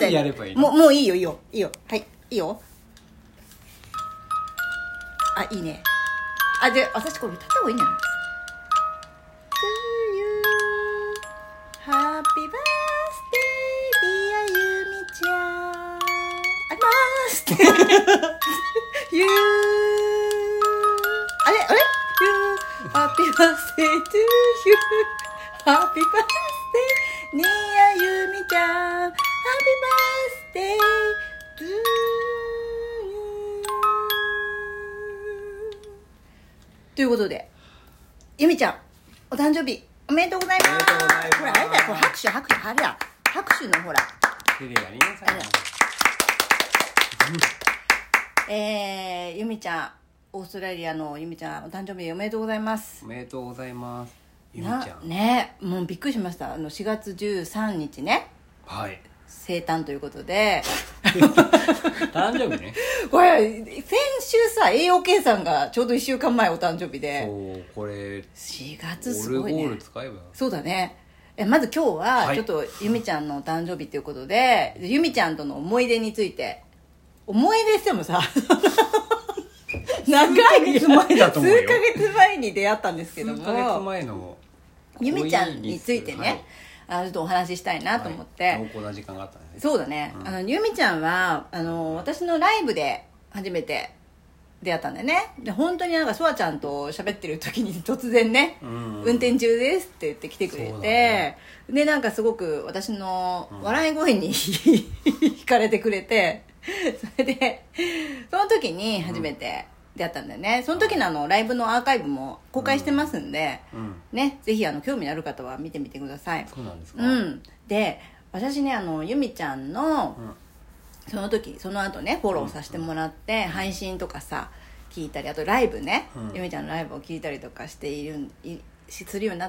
したい。 やればいいの？ もういいよいいよいいよ。はいいいよ。あいいね。あで私これ歌った方がいいんじゃない？ To you Happy birthday dear ゆみちゃんありますってYou あれ You Happy birthday to you Happy birthday dear ゆみちゃん Happy birthday to you ということでゆみちゃんお誕生日おめでとうございます。 おめでとうございます。 これあれだよ、これ拍手あれや拍手のほら手でやりなさいよ。 ゆみちゃんオーストラリアのゆみちゃんお誕生日おめでとうございます。 おめでとうございます。ゆみちゃんねもうびっくりしました。4月13日ねはい生誕ということで誕生日ねこれ先週さ栄養計算がちょうど1週間前お誕生日でそうこれ 4月すごいね。 オルゴール使えばそうだね。まず今日ははいちょっとゆみちゃんのお誕生日ということで、ゆみちゃんとの思い出について思い出してもさ長い数ヶ月前だと思うよ数ヶ月前に出会ったんですけども数ヶ月前のゆみちゃんについてね、ちょっとお話ししたいなと思って、 濃厚な時間があったね。 そうだね、ゆみちゃんは私のライブで初めて出会ったんだよね。で本当になんかそわちゃんと喋ってる時に突然ね、運転中ですって言って来てくれて、 ね、 でなんかすごく私の笑い声に惹かれてくれて、それでその時に初めて出会ったんだよね。その時のライブのアーカイブも公開してますんで、ね、ぜひ興味のある方は見てみてください。 そうなんですか。 で私ねゆみちゃんの、その後ねフォローさせてもらって、配信とかさ聞いたり、あとライブね、ゆみちゃんのライブを聞いたりとかするようになって、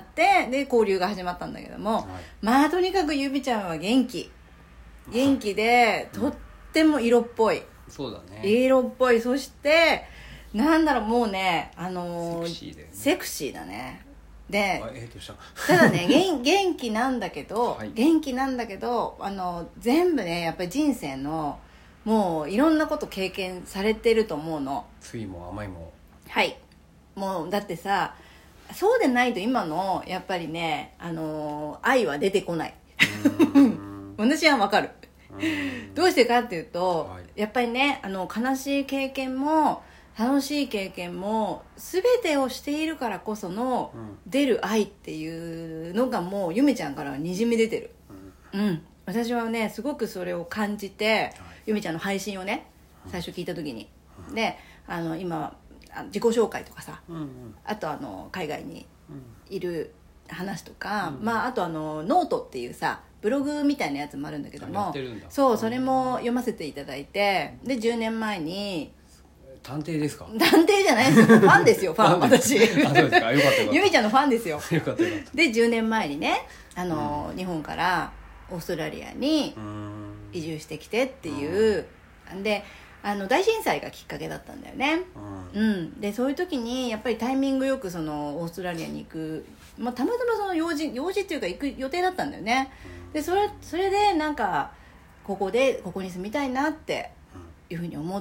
で交流が始まったんだけども、まあとにかくゆみちゃんは元気で、とっても色っぽい。 そうだね。 色っぽい。そしてなんだろう、もうねセクシーだよね。 セクシーだね。でどうしたただね元気なんだけど、 はい、 元気なんだけど全部ねやっぱり人生のもういろんなこと経験されてると思うの。 酸いも甘いも。 はいもうだってさ、そうでないと今のやっぱりね愛は出てこない私はわかる。どうしてかっていうと、やっぱりね悲しい経験も楽しい経験も全てをしているからこその出る愛っていうのがもうゆめちゃんからはにじみ出てる。私はねすごくそれを感じて、ゆめちゃんの配信をね最初聞いた時に、で今自己紹介とかさ、あと海外にいる話とか、あとノートっていうさブログみたいなやつもあるんだけども、そうそれも読ませていただいて、で10年前に探偵ですか？ 探偵じゃないですよ、ファンですよファン私。 そうですか、よかったゆみちゃんのファンですよ。 よかったで10年前にね日本からオーストラリアに移住してきてっていう、で大震災がきっかけだったんだよね。でそういう時にやっぱりタイミングよくそのオーストラリアに行く、たまたまその用事っていうか行く予定だったんだよね。でそれでなんかここに住みたいなっていうふうに思って、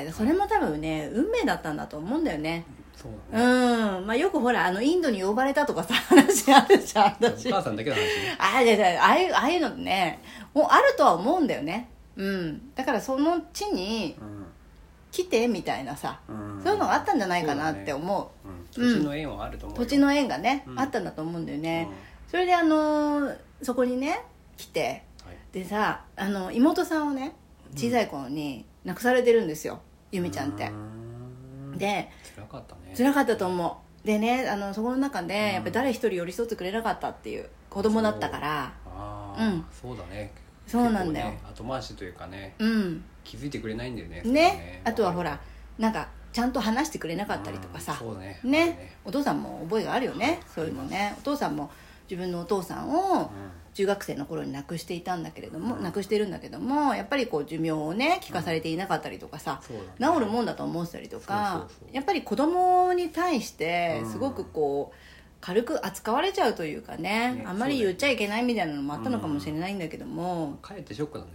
それも多分ね運命だったんだと思うんだよね。 そうだね。 よくほらインドに呼ばれたとかさ話あるじゃん。私お母さんだけの話ね。 ああいうのねもうあるとは思うんだよね。だからその地に来てみたいなさ、そういうのがあったんじゃないかなって思う。 土地の縁はあると思うよ。 土地の縁がね、あったんだと思うんだよね。それでそこにね来て、でさ妹さんをね小さい頃に亡くされてるんですよ、ゆみちゃんって。で辛かったね。 辛かったと思う。でねそこの中でやっぱり誰一人寄り添ってくれなかったっていう子供だったから。 そうだね。 そうなんだよ。 後回しというかね、気づいてくれないんだよね。 ね、あとはほらなんかちゃんと話してくれなかったりとかさ、ね、お父さんも覚えがあるよね、そういうのね。お父さんも自分のお父さんを中学生の頃に亡くしていたんだけれども、亡くしてるんだけども、やっぱりこう寿命をね聞かされていなかったりとかさ、治るもんだと思ってたりとか、やっぱり子供に対してすごくこう軽く扱われちゃうというかね、あんまり言っちゃいけないみたいなのもあったのかもしれないんだけども、 かえってショックなんだけどね。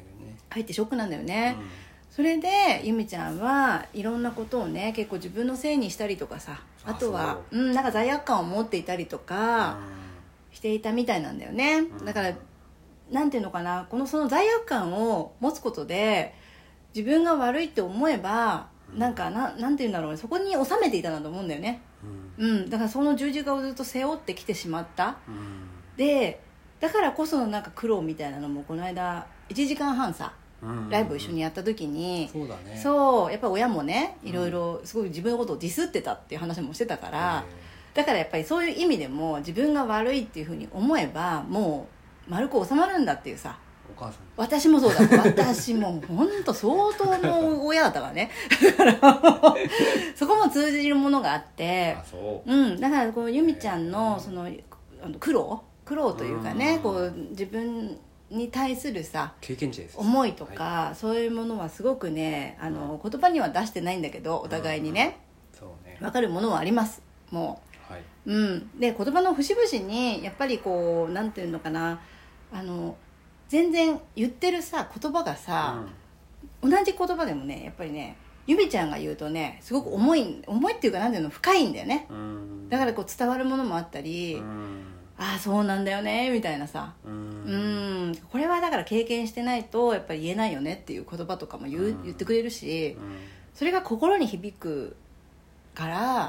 入ってショックなんだよね、それで由美ちゃんはいろんなことをね結構自分のせいにしたりとかさ、あとはなんか罪悪感を持っていたりとかしていたみたいなんだよね。だからなんていうのかな、その罪悪感を持つことで自分が悪いって思えばなんていうんだろうね、そこに収めていたなと思うんだよね、だからその十字架をずっと背負ってきてしまった、でだからこそのなんか苦労みたいなのもこの間1時間半さライブを一緒にやった時に、 そうだね、 そうやっぱ親もねいろいろすごい自分のことをディスってたっていう話もしてたから、だからやっぱりそういう意味でも自分が悪いっていうふうに思えばもう丸く収まるんだっていうさ。 お母さん私もそうだ私も本当相当の親だったからねだからそこも通じるものがあって、だからこう由美ちゃんのその苦労というかね、こう自分に対するさ経験値です思いとか、そういうものはすごくね言葉には出してないんだけどお互いにね、分かるものはありますもう、で言葉の節々にやっぱりこうなんていうのかな、全然言ってるさ言葉がさ、同じ言葉でもねやっぱりね由美ちゃんが言うとねすごく重いっていうかなんていうの深いんだよね、だからこう伝わるものもあったり、ああそうなんだよねみたいなさ、これはだから経験してないとやっぱり言えないよねっていう言葉とかも言ってくれるし、それが心に響くから、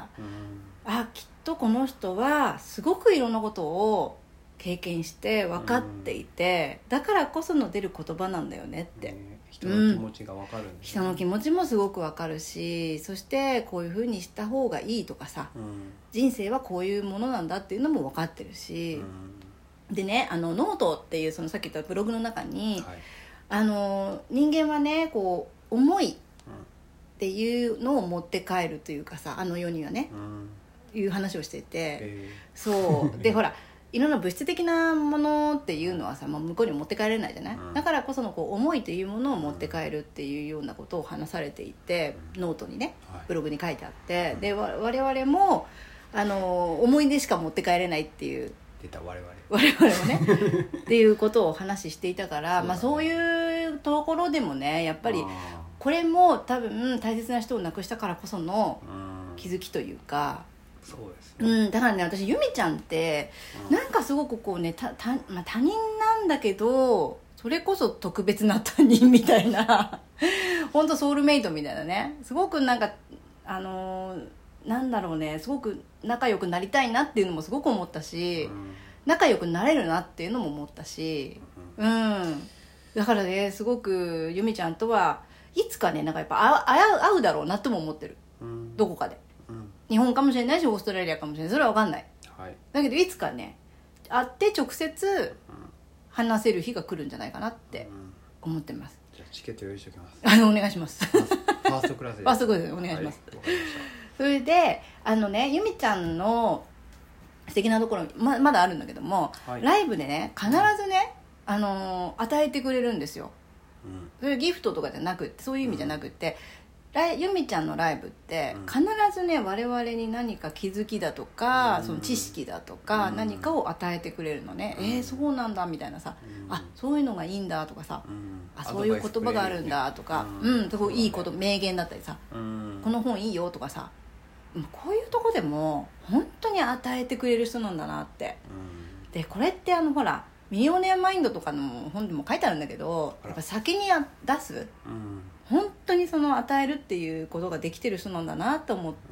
きっとこの人はすごくいろんなことを経験して分かっていて、だからこその出る言葉なんだよねって、 人の気持ちが分かるんです、 人の気持ちもすごく分かるし、そしてこういう風にした方がいいとかさ、人生はこういうものなんだっていうのも分かってるし、でねノートっていうそのさっき言ったブログの中に、人間はねこう思いっていうのを持って帰るというかさ世にはね、いう話をしていて、そうでほらいろんな物質的なものっていうのはさ、向こうに持って帰れないじゃない、だからこそのこう思いというものを持って帰るっていうようなことを話されていて、ノートにねブログに書いてあって、で我々も思い出しか持って帰れないっていう出た我々 もねっていうことをお話ししていたから、そういうところでもねやっぱりこれも多分大切な人を亡くしたからこその気づきというか、 そうですね、 だからね私由美ちゃんってなんかすごくこうね他人なんだけどそれこそ特別な他人みたいな本当ソウルメイトみたいなね、すごくなんかなんだろうね、すごく仲良くなりたいなっていうのもすごく思ったし、仲良くなれるなっていうのも思ったし、だからねすごく由美ちゃんとはいつかねなんかやっぱ会うだろうなとも思ってる、どこかで、日本かもしれないしオーストラリアかもしれない、それは分かんない、だけどいつかね会って直接話せる日が来るんじゃないかなって思ってます。 じゃあチケット用意しておきますお願いしますファーストクラスでファーストクラスでお願いします、 わかりました。 それで由美ちゃんの素敵なところ まだあるんだけども、ライブでね必ずね、与えてくれるんですよ、それギフトとかじゃなくってそういう意味じゃなくって、由美ちゃんのライブって必ずね我々に何か気づきだとか、その知識だとか、何かを与えてくれるのね、そうなんだみたいなさ、そういうのがいいんだとかさ、そういう言葉があるんだとか、すごいいいこと名言だったりさ、この本いいよとかさ、こういうとこでも本当に与えてくれる人なんだなって、でこれってほらミリオネアマインドとかの本でも書いてあるんだけど、やっぱ先に出す、本当にその与えるっていうことができてる人なんだなと思って、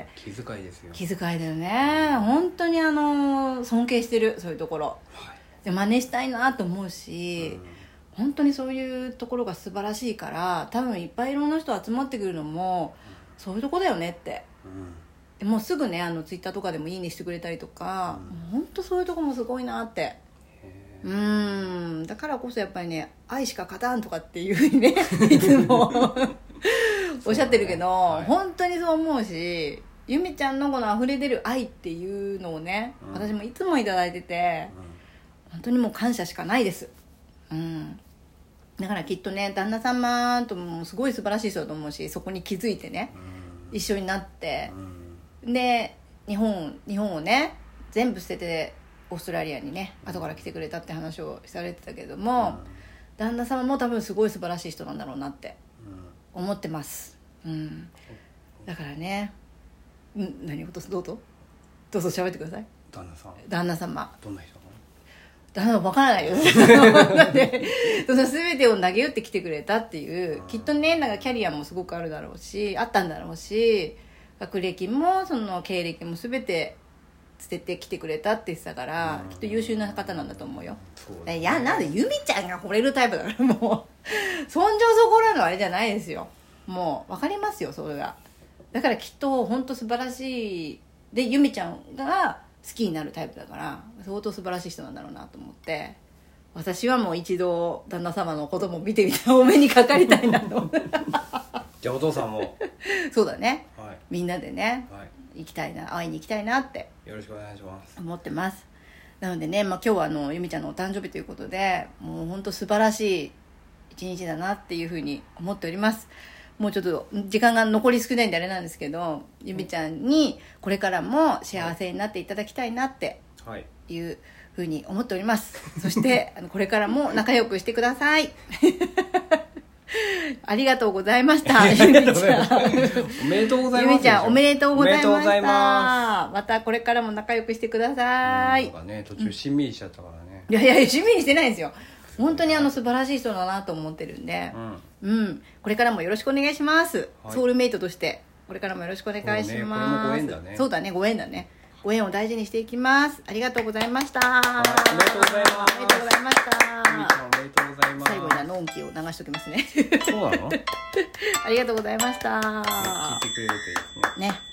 気遣いですよ、 気遣いだよね、本当に尊敬してる、そういうところ、で真似したいなと思うし、本当にそういうところが素晴らしいから、多分いっぱいいろんな人集まってくるのもそういうとこだよねって、もうすぐねツイッターとかでもいいねしてくれたりとか、本当そういうとこもすごいなって、だからこそやっぱりね愛しか勝たんとかっていうふうにねいつもおっしゃってるけど、本当にそう思うし、由美ちゃんのこの溢れ出る愛っていうのをね、私もいつもいただいてて、本当にもう感謝しかないです、だからきっとね旦那様ともすごい素晴らしい人だと思うし、そこに気づいてね、一緒になって、で日本をね全部捨ててオーストラリアにね後から来てくれたって話をされてたけども、 旦那様も多分すごい素晴らしい人なんだろうなって思ってます、だからね、何事どうぞ喋ってください。 旦那さん、 旦那様どんな人旦那分からないよだってその全てを投げ打ってきてくれたっていう、きっとね、なんかキャリアもすごくあるだろうし、あったんだろうし、学歴もその経歴も全て捨ててきてくれたって言ってたから、きっと優秀な方なんだと思うよ。いや、なんでゆみちゃんが惚れるタイプだから、もうそんじょそこらのあれじゃないですよ。もう分かりますよ、それが。だからきっと本当素晴らしいで、ゆみちゃんが好きになるタイプだから、相当素晴らしい人なんだろうなと思って、私はもう一度旦那様のことも見てみた、お目にかかりたいなとじゃあお父さんもそうだね、 はい、 みんなでね、 はい、 行きたいな、会いに行きたいなってよろしくお願いします。 思ってます。なのでね、今日はゆみちゃんのお誕生日ということで、もう本当素晴らしい一日だなっていうふうに思っております。もうちょっと時間が残り少ないんであれなんですけど、ゆみちゃんにこれからも幸せになっていただきたいなっていうふうに思っております。そしてこれからも仲良くしてくださいありがとうございましたゆみちゃんおめでとうございます。 ゆみちゃんおめでとうございました。 おめでとうございままたこれからも仲良くしてください。 なんかね、途中しんみりしちゃったからね、 いやいや、趣味にしてないですよ。本当に素晴らしい人だなと思ってるんで、これからもよろしくお願いします、はい、ソウルメイトとしてこれからもよろしくお願いします。 これもご縁だね。 そうだね、ご縁だね。ご縁を大事にしていきます。ありがとうございました。 はい、おめでとうございます。 おめでとうございました。 ゆみちゃんおめでとうございます。 最後にのんきを流しておきますねそうなのありがとうございました。 聞いてくれるといいですね。 ね。